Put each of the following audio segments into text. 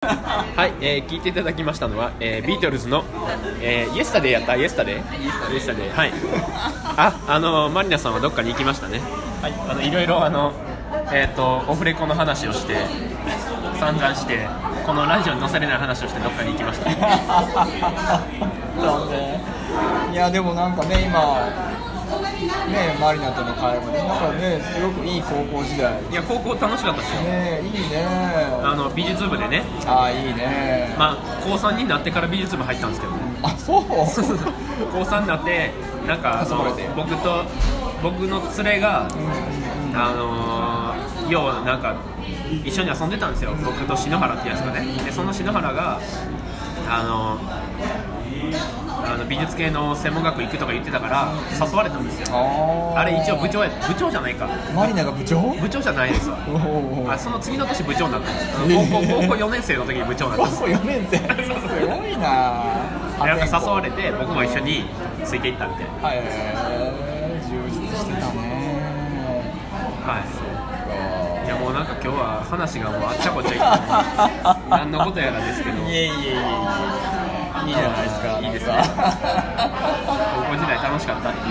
はい、聞いていただきましたのは、ビートルズの、イエスタデーやったイエスタデーはいマリナさんはどっかに行きましたね。はい、いろいろオフレコの話をして散々してこのラジオに載せれない話をしてどっかに行きましたね。 そうね。いやでもなんかね今ねマリナとの会話でなんかねすごくいい高校時代。 いや高校楽しかったですよ。 ねいいね。 美術部でね。 あいいね。 まあ高3になってから美術部入ったんですけどね。 あそう。 高3になってなんか僕の連れが、要はなんか一緒に遊んでたんですよ。僕と篠原ってやつがね。でその篠原が美術系の専門学校行くとか言ってたから誘われたんですよ。あれ一応部長じゃないか。 マリナが部長じゃないですわ。その次の年部長になった。高校4年生の時に部長になった。 高校4年生すごいな。 なんか誘われて僕も一緒についていったみたいな。 充実してたね。 はい。いやもうなんか今日は話がもうあっちゃこっちゃいって何のことやらですけど。 いいじゃないですか。 いいですね。高校時代楽しかったっていう。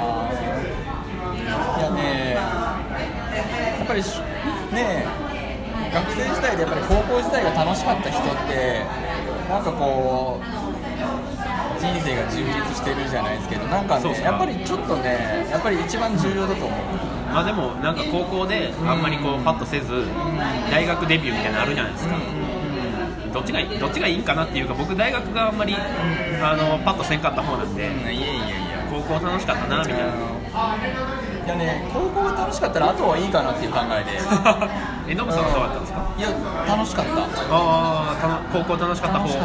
いやねやっぱりね学生時代でやっぱり高校時代が楽しかった人ってなんかこう人生が充実してるじゃないですけどなんかねやっぱりちょっとねやっぱり一番重要だと思う。 まあでもなんか高校であんまりこうパッとせず大学デビューみたいなのあるじゃないですか。どっちがいいんかなっていうか僕大学があんまりパッとせんかった方なんで、高校楽しかったなみたいな。いやね高校が楽しかったらあとはいいかなっていう考えで。 ノブさんはどうだったんですか？ いや楽しかった。 高校楽しかった方。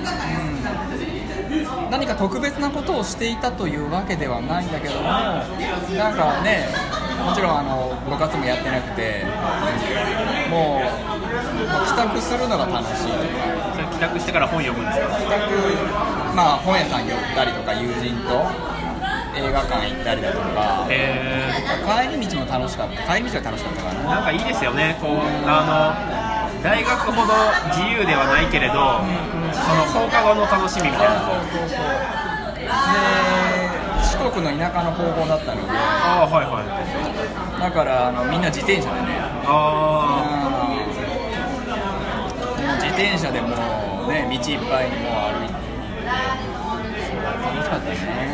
何か特別なことをしていたというわけではないんだけどもなんかねもちろん部活もやってなくてもう帰宅するのが楽しいとか。 それ帰宅してから本読むんですか？ 帰宅本屋さん寄ったりとか友人と映画館行ったりだとか、帰り道も楽しかった。帰り道は楽しかったかな。 なんかいいですよねこう大学ほど自由ではないけれど、その放課後の楽しみみたいな。 で四国の田舎の高校だったのでだからみんな自転車でね自転車でもうね道いっぱいにもう歩いて楽しかったですね。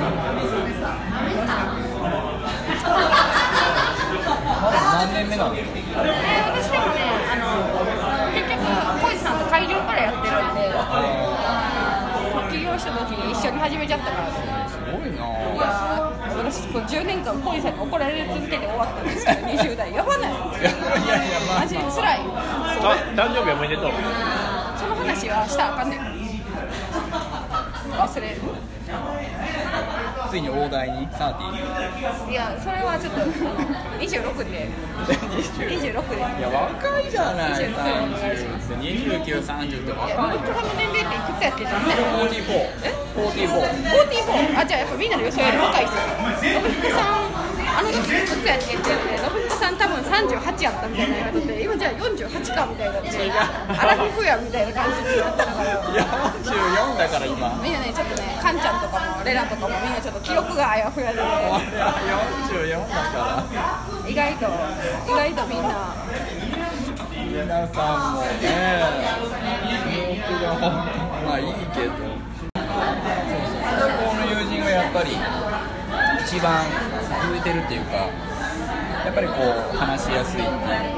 まだ何年目なんですか？ 私でもね結局小石さんと会場からやってるんで起業した時に一緒に始めちゃったからすごいな。 いや私10年間小石さんに怒られ続けて終わったんですけど20代やばない。マジでつらい。 誕生日おめでとう。 その話はしたらあかんねん。忘れる。 ついに大台に30。 いやそれはちょっと26で26で。 いや若いじゃない。 26 30、29、30って若い。 いやノブさんの年齢っていくつやって言ったんですか？44。あじゃあやっぱみんなの予想より若いですよ。ノブヒコさん時いくつやって言ってるんでノブヒコさん多分38やったみたいな言われて今じゃあ48かみたいなってアラフィフやみたいな感じになってたから 44だから今みんなねちょっとねカンちゃんとかもレナとかもみんなちょっと記憶があやふやで 44だから意外とみんな皆さんもね記憶がまあいいけど高校の友人がやっぱり一番続いてるっていうかやっぱりこう話しやすいっていうかでね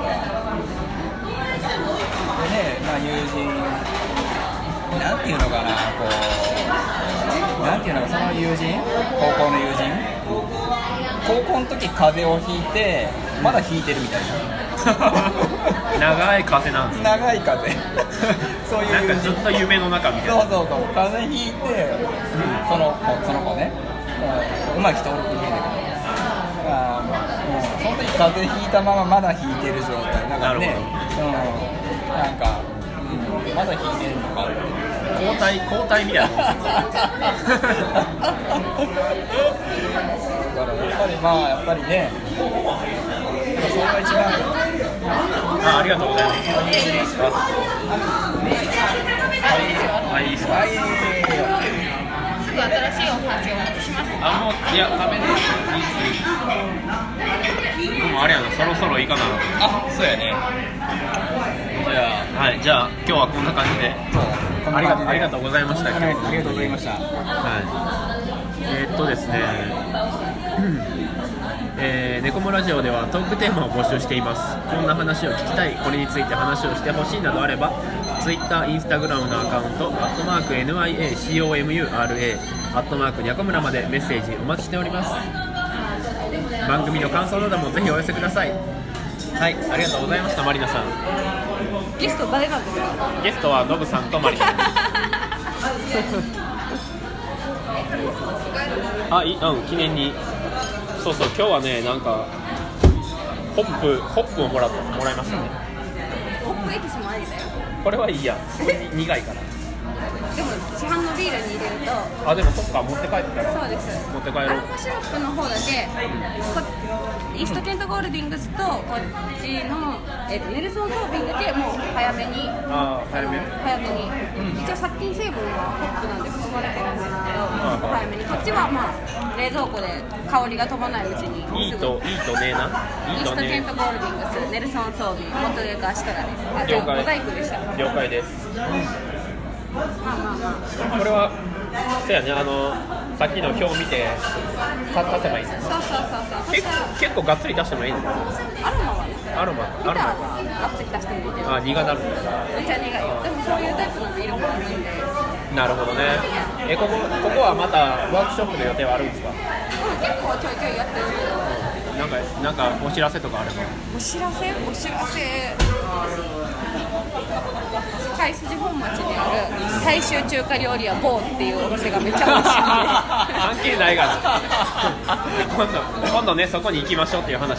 友人なんていうのかなこうなんていうのかその友人高校の友人高校の時風邪をひいてまだひいてるみたいな長い風なんですね。 長い風そういうなんかずっと夢の中みたいな。 そう風邪ひいて、その子ねうまい人おるって言うんだけどその時風邪ひいたまままだひいてる状態なんかねなんか、まだひいてるのか交代みたいなだからやっぱりねそれが一番ありがとうございます。 はいいいっすか。 はい。 すぐ新しいお話をお持ちします。 あ、もういや食べないいいっす。でもあれやな、そろそろいいかな。 あ、そうやね。 じゃあ今日はこんな感じで。ありがとうございました。 ありがとうございました。 ですね。ネコモラジオではトークテーマを募集しています。こんな話を聞きたい、これについて話をしてほしいなどあれば Twitter、Instagram のアカウント@NYACOMURAニャコムラまでメッセージお待ちしております。番組の感想などもぜひお寄せください。はい、ありがとうございました。マリナさん。 ゲスト誰なんですか？ ゲストはノブさんとマリナあ、記念にそう今日はね、なんかホップをもらいましたね。 ホップエキスもありだよ。 これはいいや、苦いから。 でも市販のビールに入れると。 あ、でもそっか、持って帰ったら。 そうです。 持って帰ろう。 アロマシロップの方だけ、イーストケントゴールディングスとこっちの、ネルソンソービンだけもう早めに。早めに、一応殺菌成分はホップなんで含まれてるんですけど、早めに。こっちはまあ冷蔵庫で香りが飛ばないうちに。 いいとねえな。 イーストケントゴールディングス、ネルソンソービン、元上かしたらです。あ、じゃあモザイクでした。 了解です。 まあこれはそうやね、さっきの表見て足せばいい。 そう結構がっつり出してもいいの？ アロマはね、 アロマギターはがっつり出してもいいけど、 あ、苦なる。 めっちゃ苦いよ。でもそういうタイプのビールもあるんで。 なるほどね。ここはまたワークショップの予定はあるんですか？ 結構ちょいちょいやってるけど、 なんかお知らせとかあれば。 お知らせ堺筋本町にある大衆中華料理屋ボーっていうお店がめっちゃ美味しいんで関係ないから今度ね、そこに行きましょうっていう話でした。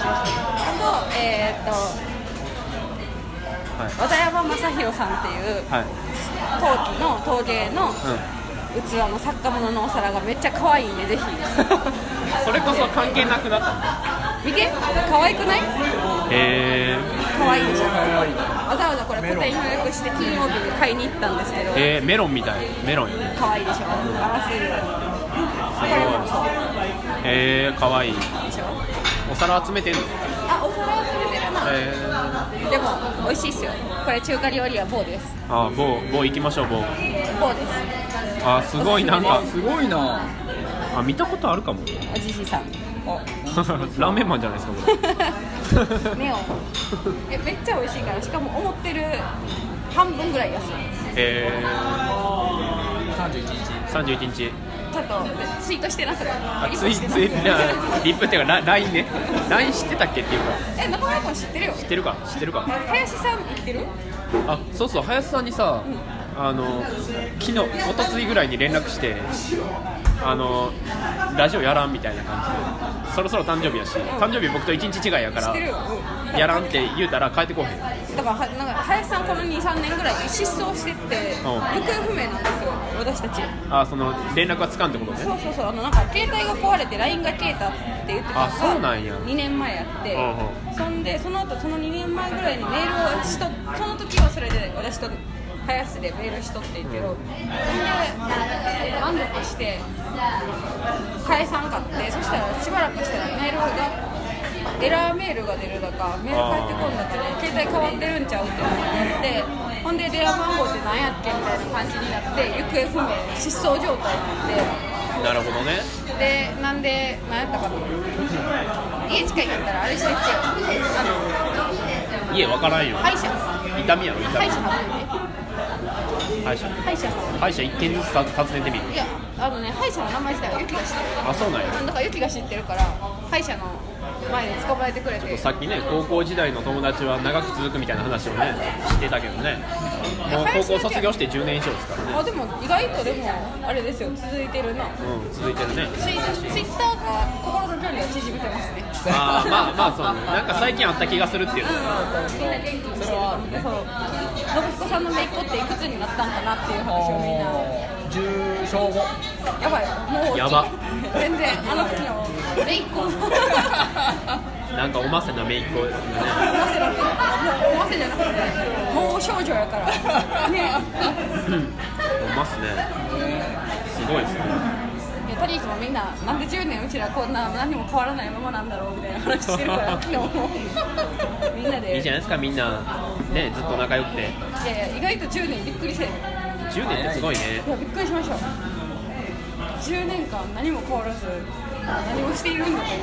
和田山正宏さんっていう、陶芸の器の作家物のお皿がめっちゃ可愛いんで、ぜひそれこそ関係なくなったんだ。 見て、可愛くない？可愛いでしょ。わざわざこれ個展予約して金曜日に買いに行ったんですけど、 メロンみたい。メロンよね。 可愛いでしょ。ガラス入れ。これもそう。 可愛いでしょ。お皿集めてんの？ あ、お皿集めてるな。でも美味しいっすよ。これ中華料理屋ボーです。 あ、ボー行きましょう。ボーです。あ、すごい、なんかすごいな。 あ、見たことあるかも。 おじいさん。 ラーメンマンじゃないですかこれ。 ネオン。めっちゃ美味しいから、しかも思ってる半分ぐらい安い。 31日。 ちょっとツイートしてなかった。 ツイリップっていうか LINE ね。LINE 知ってたっけっていうか。 中村君知ってるよ。 知ってるか。 林さん生きてる？ あ、そう林さんにさ、昨日、おとついぐらいに連絡して、ラジオやらんみたいな感じで、そろそろ誕生日やし、誕生日僕と1日違いやから、やらんって言うたら帰ってこへん。 だからなんか林さんこの 2,3 年ぐらい失踪してって行方不明なんですよ、私たち。 あ、その連絡がつかんってことね。 そうなんか携帯が壊れて LINE が消えたって言ってたのが2年前やって、そんでその後その2年前ぐらいにメールをその時はそれで私と林でメールしとってんけど、ほんで満足して返さんかって、そしたらしばらくしたらメールがエラーメールが出るだかメール返ってこんだってね、携帯変わってるんちゃうって思って、ほんで電話番号って何やっけみたいな感じになって行方不明失踪状態になって。 なるほどね。 で、なんで何やったかな、家近いんやったらあれしてってよ、 家わからんよ。 歯医者痛みやろ。 歯医者なんでね、 歯医者一軒ずつ訪ねてみる。 いや、歯医者の名前自体はユキが知ってる。 あ、そうなんや。 だからユキが知ってるから歯医者の前に捕まえてくれて。 さっきね、高校時代の友達は長く続くみたいな話をねしてたけどね、もう高校卒業して10年以上ですからね。 あ、でも意外とでもあれですよ、続いてるな。 続いてるね。 ツイッターが心の距離を縮めてますね。 まあそうね。なんか最近あった気がするっていうの。 みんな元気にしてる。そう、信彦さんの姪っ子っていくつになったんかなっていう話をみんな。 10小5。 やばい、もうやば。 全然時の姪っ子なんかおませな姪っ子ね。 おませじゃなくてもう少女やからね。 ますね。すごいですね。 いやタリーズもみんななんで10年うちらこんな何も変わらないままなんだろうみたいな話してるから昨日もみんなでいいじゃないですか、みんなね、ずっと仲良くて。 いや意外と10年びっくりせえへん。 10年ってすごいね。 いやびっくりしました。10年間何も変わらず何をしているんだという。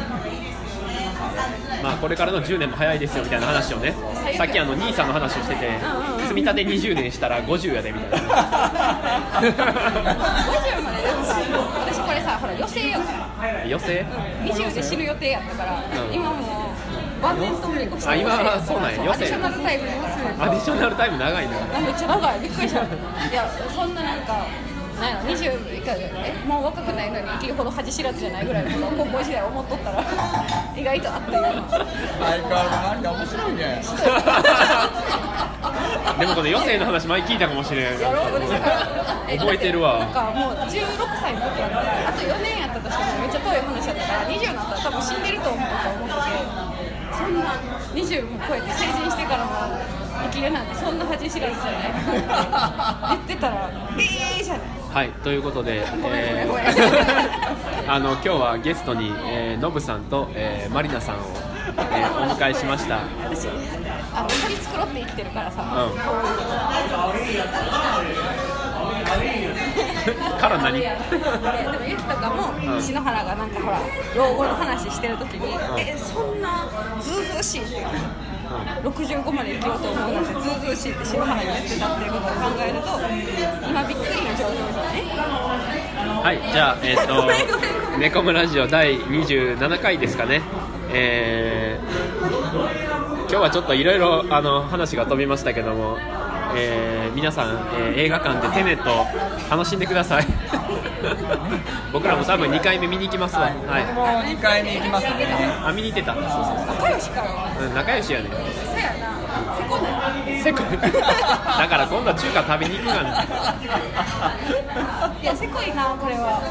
まあこれからの10年も早いですよみたいな話をね、さっき兄さんの話をしてて、積み立て20年したら50やでみたいな。 50まででもさ、私これさ、ほら予定やから。 予定 20で死ぬ予定やったから、今もう晩年と見越して。 あ、今はそうなんや、予定。 アディショナルタイムやから。 アディショナルタイム長いな。 めっちゃ長い、びっくりした。いや、そんななんか。なんやろ20以下でもう若くないのに生きるほど恥知らずじゃないぐらいのことを高校時代思っとったら意外とあっという間。 相変わらず面白いね。 でもこの余生の話前聞いたかもしれん。 やろう覚えてるわ。 なんかもう16歳の時やったらあと4年やったとしてもめっちゃ遠い話やったから20になったら多分死んでると思ってて、そんな20も超えて成人してからも生きるなんてそんな恥知らずじゃない言ってたらじゃない。 はい、ということで、今日はゲストに、ノブさんと、マリナさんを、お迎えしました。 私取り繕って生きてるからさ、 から何？ でもゆきとかも篠原がなんかほら老後の話してるときに、そんなずうずうしいっていう。65まで生きようと思うなんてずうずうしいって篠原が言ってたっていうことを考えると今びっくりな状況じゃない？ はい、じゃあネコムラジオ第27回ですかね。今日はちょっといろいろ話が飛びましたけども、皆さん、映画館でテネットを楽しんでください。僕らも多分2回目見に行きますわ。はい。 僕も2回目行きますね。 あ、見に行ってた。そうそうそう。 仲良しかよ。 仲良しやね。 そうやな。 せこい。だから今度は中華食べに行くがね。 いやせこいなこれは。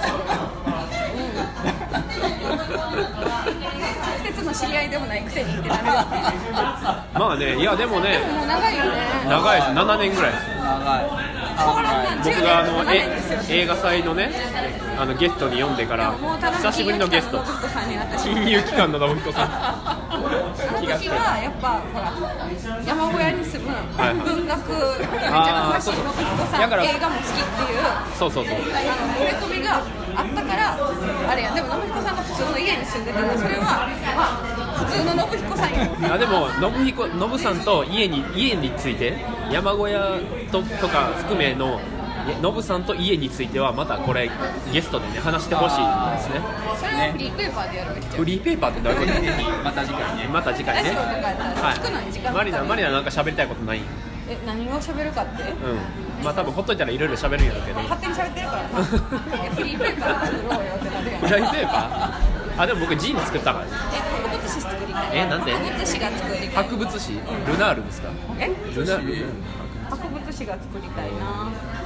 直接の知り合いでもないくせにってなるよね。 まあね、いやでもね。 でももう長いよね。 長いです。7年ぐらいです。 長い。 僕が映画祭のねゲストに呼んでから久しぶりのゲスト、金融機関の信彦さん。 あの時はやっぱほら山小屋に住む文学めちゃ詳しい信彦さん、映画も好きっていうそうそうそう触れ込みがあったからあれや。でも信彦さんが普通の家に住んでたからそれはまあ普通の信彦さんよ。 あでも信さんと家について山小屋とか含めの信さんと家についてはまたこれゲストでね話してほしいですね。 それはフリーペーパーでやるべき。 フリーペーパーってどういうこと？ また次回ね。 また次回ね。 ラジオとかやったら聞くのに時間かかる。 マリナなんか喋りたいことない？ 何を喋るかって？ まあ多分ほっといたらいろいろ喋るんやろうけど。 勝手に喋ってるからな。フリーペーパー作ろうよってなるやん。 フリーペーパー？あでも僕ジン作ったから。 博物誌作りたい。 なんで？ 博物誌が作りたい。 博物誌？ルナールですか？ルナール？ 博物誌が作りたいな。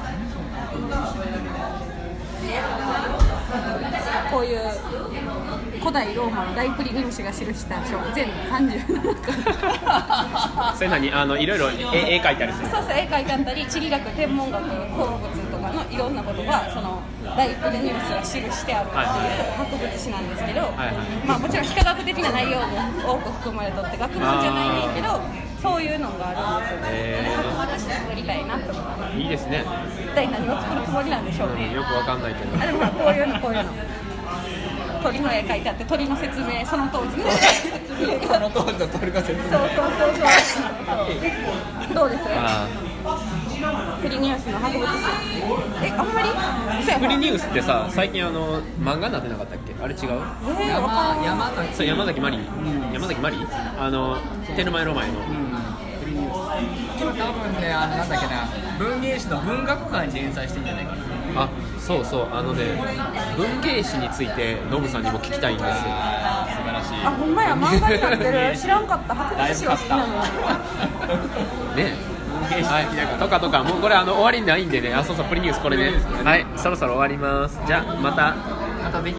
こういう古代ローマの大プリニウスが記した書全37巻。 それ何いろいろ絵描いたりする？ そうそう、絵描いてあったり地理学、天文学、鉱物とかのいろんなことがその大プリニウスが記してあるっていう博物誌なんですけど、まあもちろん非科学的な内容も多く含まれとって学問じゃないんだけどそういうのがあるんですよね。博物誌作りたいなと思って。 いいですね。 一体何を作るつもりなんでしょうね。 よくわかんないけど。 あでもこういうの鳥の絵描いてあって鳥の説明、その当時の説明その当時の鳥の説明。 そうどうです？プリニウスの博物誌。あんまり？ プリニウスってさ最近漫画になってなかったっけ？あれ違う？山崎まり。山崎まり？テルマエロマエの。 多分ねなんだっけな、文芸誌の文学館に連載してんじゃないかな。 あ、そうそう文芸誌についてノブさんにも聞きたいんですよ。 素晴らしい。 あ、ほんまや、漫画になってる。知らんかった。博物誌は好きなの。 ね。はい、とかもうこれ終わりないんでね。あ、そうそうプリニウスこれね。はい、そろそろ終わります。じゃあまたぜひ。